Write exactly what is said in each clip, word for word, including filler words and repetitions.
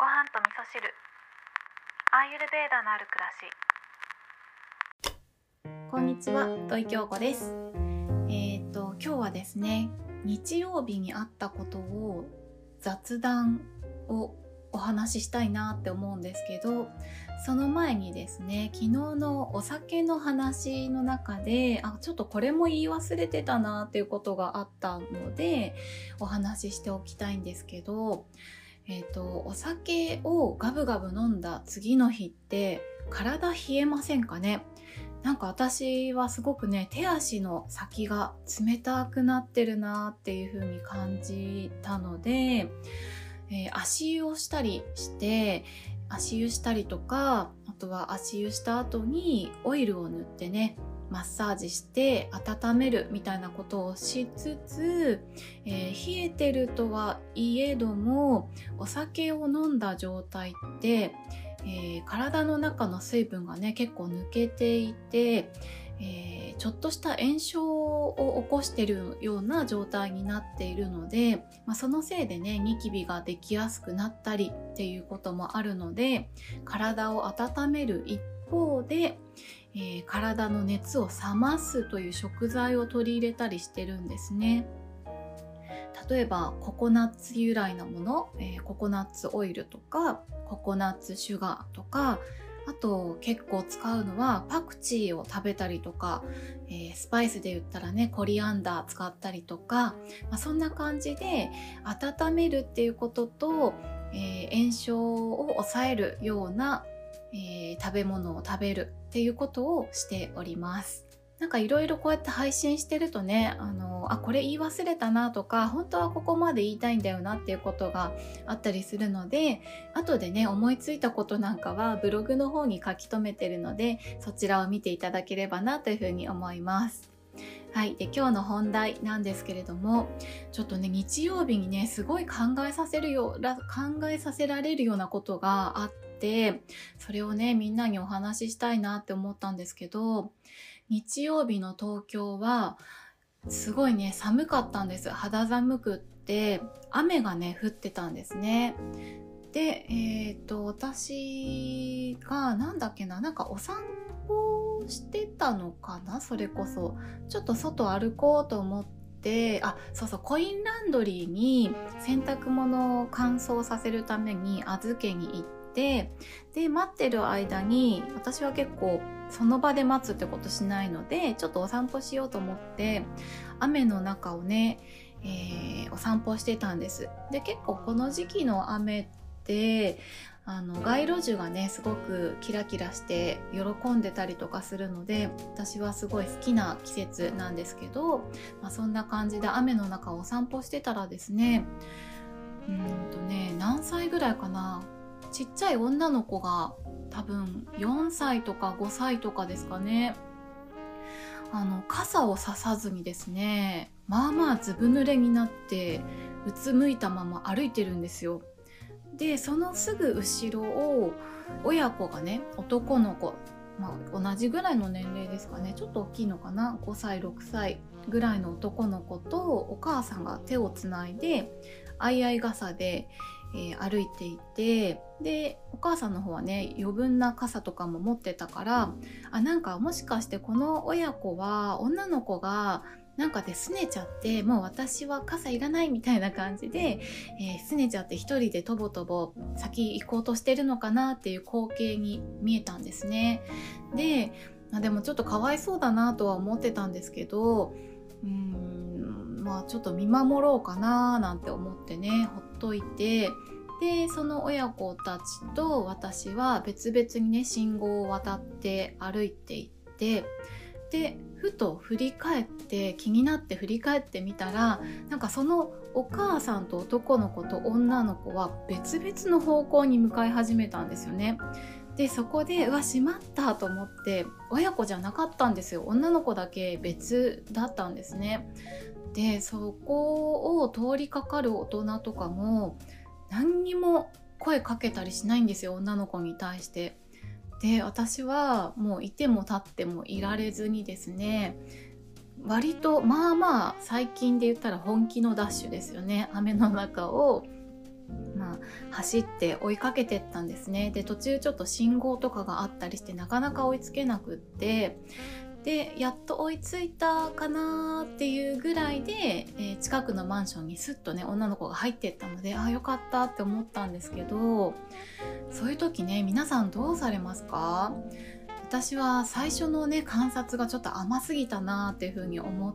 ご飯と味噌汁、アーユルベーダのある暮らし。 こんにちは、土井京子です。えっと今日はですね、日曜日にあったことを雑談をお話ししたいなって思うんですけど、その前にですね、昨日のお酒の話の中であちょっとこれも言い忘れてたなっていうことがあったのでお話ししておきたいんですけど、えーと、お酒をガブガブ飲んだ次の日って体冷えませんかね。なんか私はすごくね、手足の先が冷たくなってるなっていう風に感じたので、えー、足湯をしたりして足湯したりとか、あとは足湯した後にオイルを塗ってねマッサージして温めるみたいなことをしつつ、えー、冷えてるとはいえどもお酒を飲んだ状態って、えー、体の中の水分がね結構抜けていて、えー、ちょっとした炎症を起こしているような状態になっているので、まあ、そのせいでねニキビができやすくなったりっていうこともあるので、体を温める一方で、えー、体の熱を冷ますという食材を取り入れたりしてるんですね。例えばココナッツ由来のもの、えー、ココナッツオイルとかココナッツシュガーとか、あと結構使うのはパクチーを食べたりとか、えー、スパイスで言ったらねコリアンダー使ったりとか、まあ、そんな感じで温めるっていうことと、えー、炎症を抑えるような、えー、食べ物を食べるっていうことをしております。なんかいろいろこうやって配信してるとね、あのあこれ言い忘れたなとか、本当はここまで言いたいんだよなっていうことがあったりするので、後でね思いついたことなんかはブログの方に書き留めてるので、そちらを見ていただければなというふうに思います。はい、で今日の本題なんですけれども、ちょっとね日曜日にねすごい考えさせるよう考えさせられるようなことがあって、それをねみんなにお話ししたいなって思ったんですけど、日曜日の東京はすごいね寒かったんです。肌寒くって雨がね降ってたんですね。で、えっと私がなんだっけな、なんかお散歩してたのかな、それこそちょっと外歩こうと思って、あ、そうそう、コインランドリーに洗濯物を乾燥させるために預けに行って、で待ってる間に私は結構その場で待つってことしないので、ちょっとお散歩しようと思って雨の中をね、えー、お散歩してたんです。で結構この時期の雨ってあの街路樹がねすごくキラキラして喜んでたりとかするので、私はすごい好きな季節なんですけど、まあ、そんな感じで雨の中をお散歩してたらですね、うーんとね何歳ぐらいかな、ちっちゃい女の子が多分よんさいとかごさいとかですかね、あの傘をささずにですね、まあまあずぶ濡れになってうつむいたまま歩いてるんですよ。でそのすぐ後ろを親子がね、男の子、まあ、同じぐらいの年齢ですかね、ちょっと大きいのかな、ごさいろくさいぐらいの男の子とお母さんが手をつないで相合い傘で、えー、歩いていて、でお母さんの方はね余分な傘とかも持ってたから、あなんかもしかしてこの親子は女の子がなんかで拗ねちゃって、もう私は傘いらないみたいな感じで、えー、拗ねちゃって一人でとぼとぼ先行こうとしてるのかなっていう光景に見えたんですね。で、まあ、でもちょっとかわいそうだなとは思ってたんですけど、うーんまあちょっと見守ろうかななんて思ってねほっといて、でその親子たちと私は別々にね信号を渡って歩いていって、でふと振り返って気になって振り返ってみたら、なんかそのお母さんと男の子と女の子は別々の方向に向かい始めたんですよね。でそこでうわしまったと思って、親子じゃなかったんですよ、女の子だけ別だったんですね。でそこを通りかかる大人とかも何にも声かけたりしないんですよ、女の子に対して。で私はもういても立ってもいられずにですね、割とまあまあ最近で言ったら本気のダッシュですよね、雨の中を、まあ、 走って追いかけてったんですね。で途中ちょっと信号とかがあったりしてなかなか追いつけなくって、でやっと追いついたかなっていうぐらいで、えー、近くのマンションにスッとね女の子が入ってったので、あよかったって思ったんですけど、そういう時ね皆さんどうされますか？私は最初のね観察がちょっと甘すぎたなっていうふうに思って、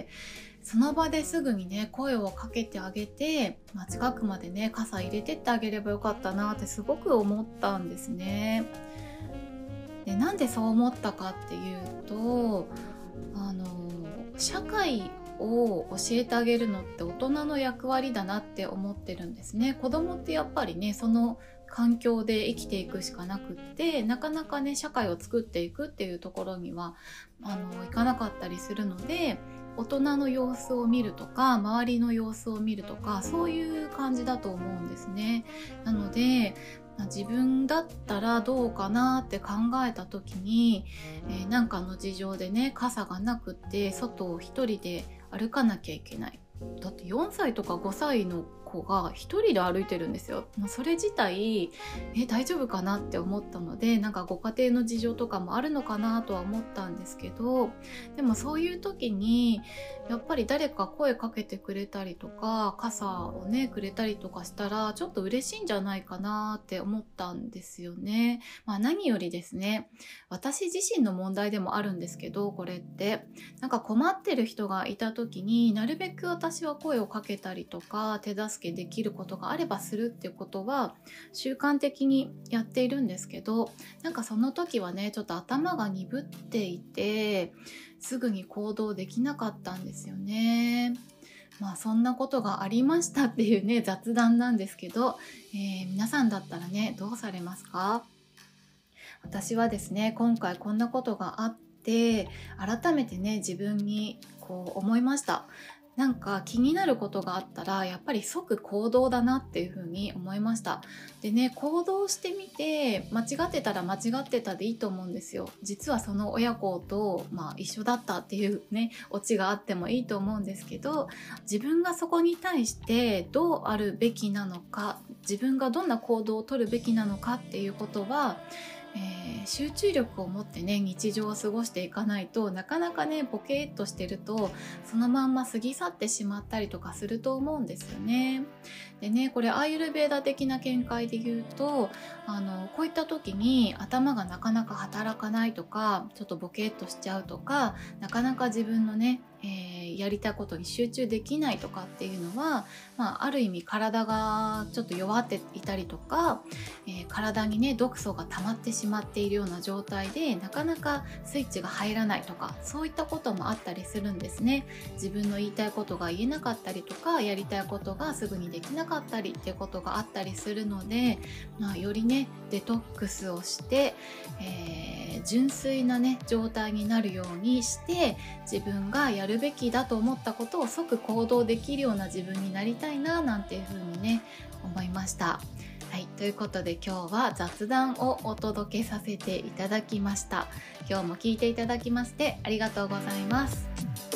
その場ですぐにね声をかけてあげて、まあ、近くまでね傘入れてってあげればよかったなってすごく思ったんですね。でなんでそう思ったかっていうと、あの社会を教えてあげるのって大人の役割だなって思ってるんですね。子供ってやっぱりねその環境で生きていくしかなくって、なかなかね社会を作っていくっていうところにはあのいかなかったりするので、大人の様子を見るとか周りの様子を見るとか、そういう感じだと思うんですね。なので自分だったらどうかなって考えた時に、えー、なんかの事情でね傘がなくって外を一人で歩かなきゃいけない。だってよんさいとかごさいの子が一人で歩いてるんですよ。それ自体え大丈夫かなって思ったので、なんかご家庭の事情とかもあるのかなとは思ったんですけど、でもそういう時にやっぱり誰か声かけてくれたりとか傘をねくれたりとかしたらちょっと嬉しいんじゃないかなって思ったんですよね。まあ何よりですね、私自身の問題でもあるんですけど、これってなんか困ってる人がいた時になるべく私は声をかけたりとか手助けできることがあればするっていうことは習慣的にやっているんですけど、なんかその時はねちょっと頭が鈍っていてすぐに行動できなかったんですよね。まあそんなことがありましたっていうね雑談なんですけど、えー、皆さんだったらねどうされますか？私はですね今回こんなことがあって改めてね自分にこう思いました。なんか気になることがあったらやっぱり即行動だなっていうふうに思いました。でね行動してみて間違ってたら間違ってたでいいと思うんですよ。実はその親子と、まあ、一緒だったっていうねオチがあってもいいと思うんですけど、自分がそこに対してどうあるべきなのか、自分がどんな行動を取るべきなのかっていうことはえー、集中力を持ってね日常を過ごしていかないと、なかなかねボケーっとしてるとそのまんま過ぎ去ってしまったりとかすると思うんですよね。でねこれアーユルヴェーダ的な見解で言うと、あのこういった時に頭がなかなか働かないとかちょっとボケーっとしちゃうとか、なかなか自分のね、えー、やりたいことに集中できないとかっていうのは、まあ、ある意味体がちょっと弱っていたりとか、えー、体にね毒素が溜まってしまっているような状態でなかなかスイッチが入らないとか、そういったこともあったりするんですね。自分の言いたいことが言えなかったりとか、やりたいことがすぐにできなかったりっていうことがあったりするので、まあ、よりねデトックスをして、えー、純粋なね状態になるようにして、自分がやるべきだと思ったことを即行動できるような自分になりたいななんていうふうにね思いました。はい、ということで今日は雑談をお届けさせていただきました。今日も聞いていただきましてありがとうございます。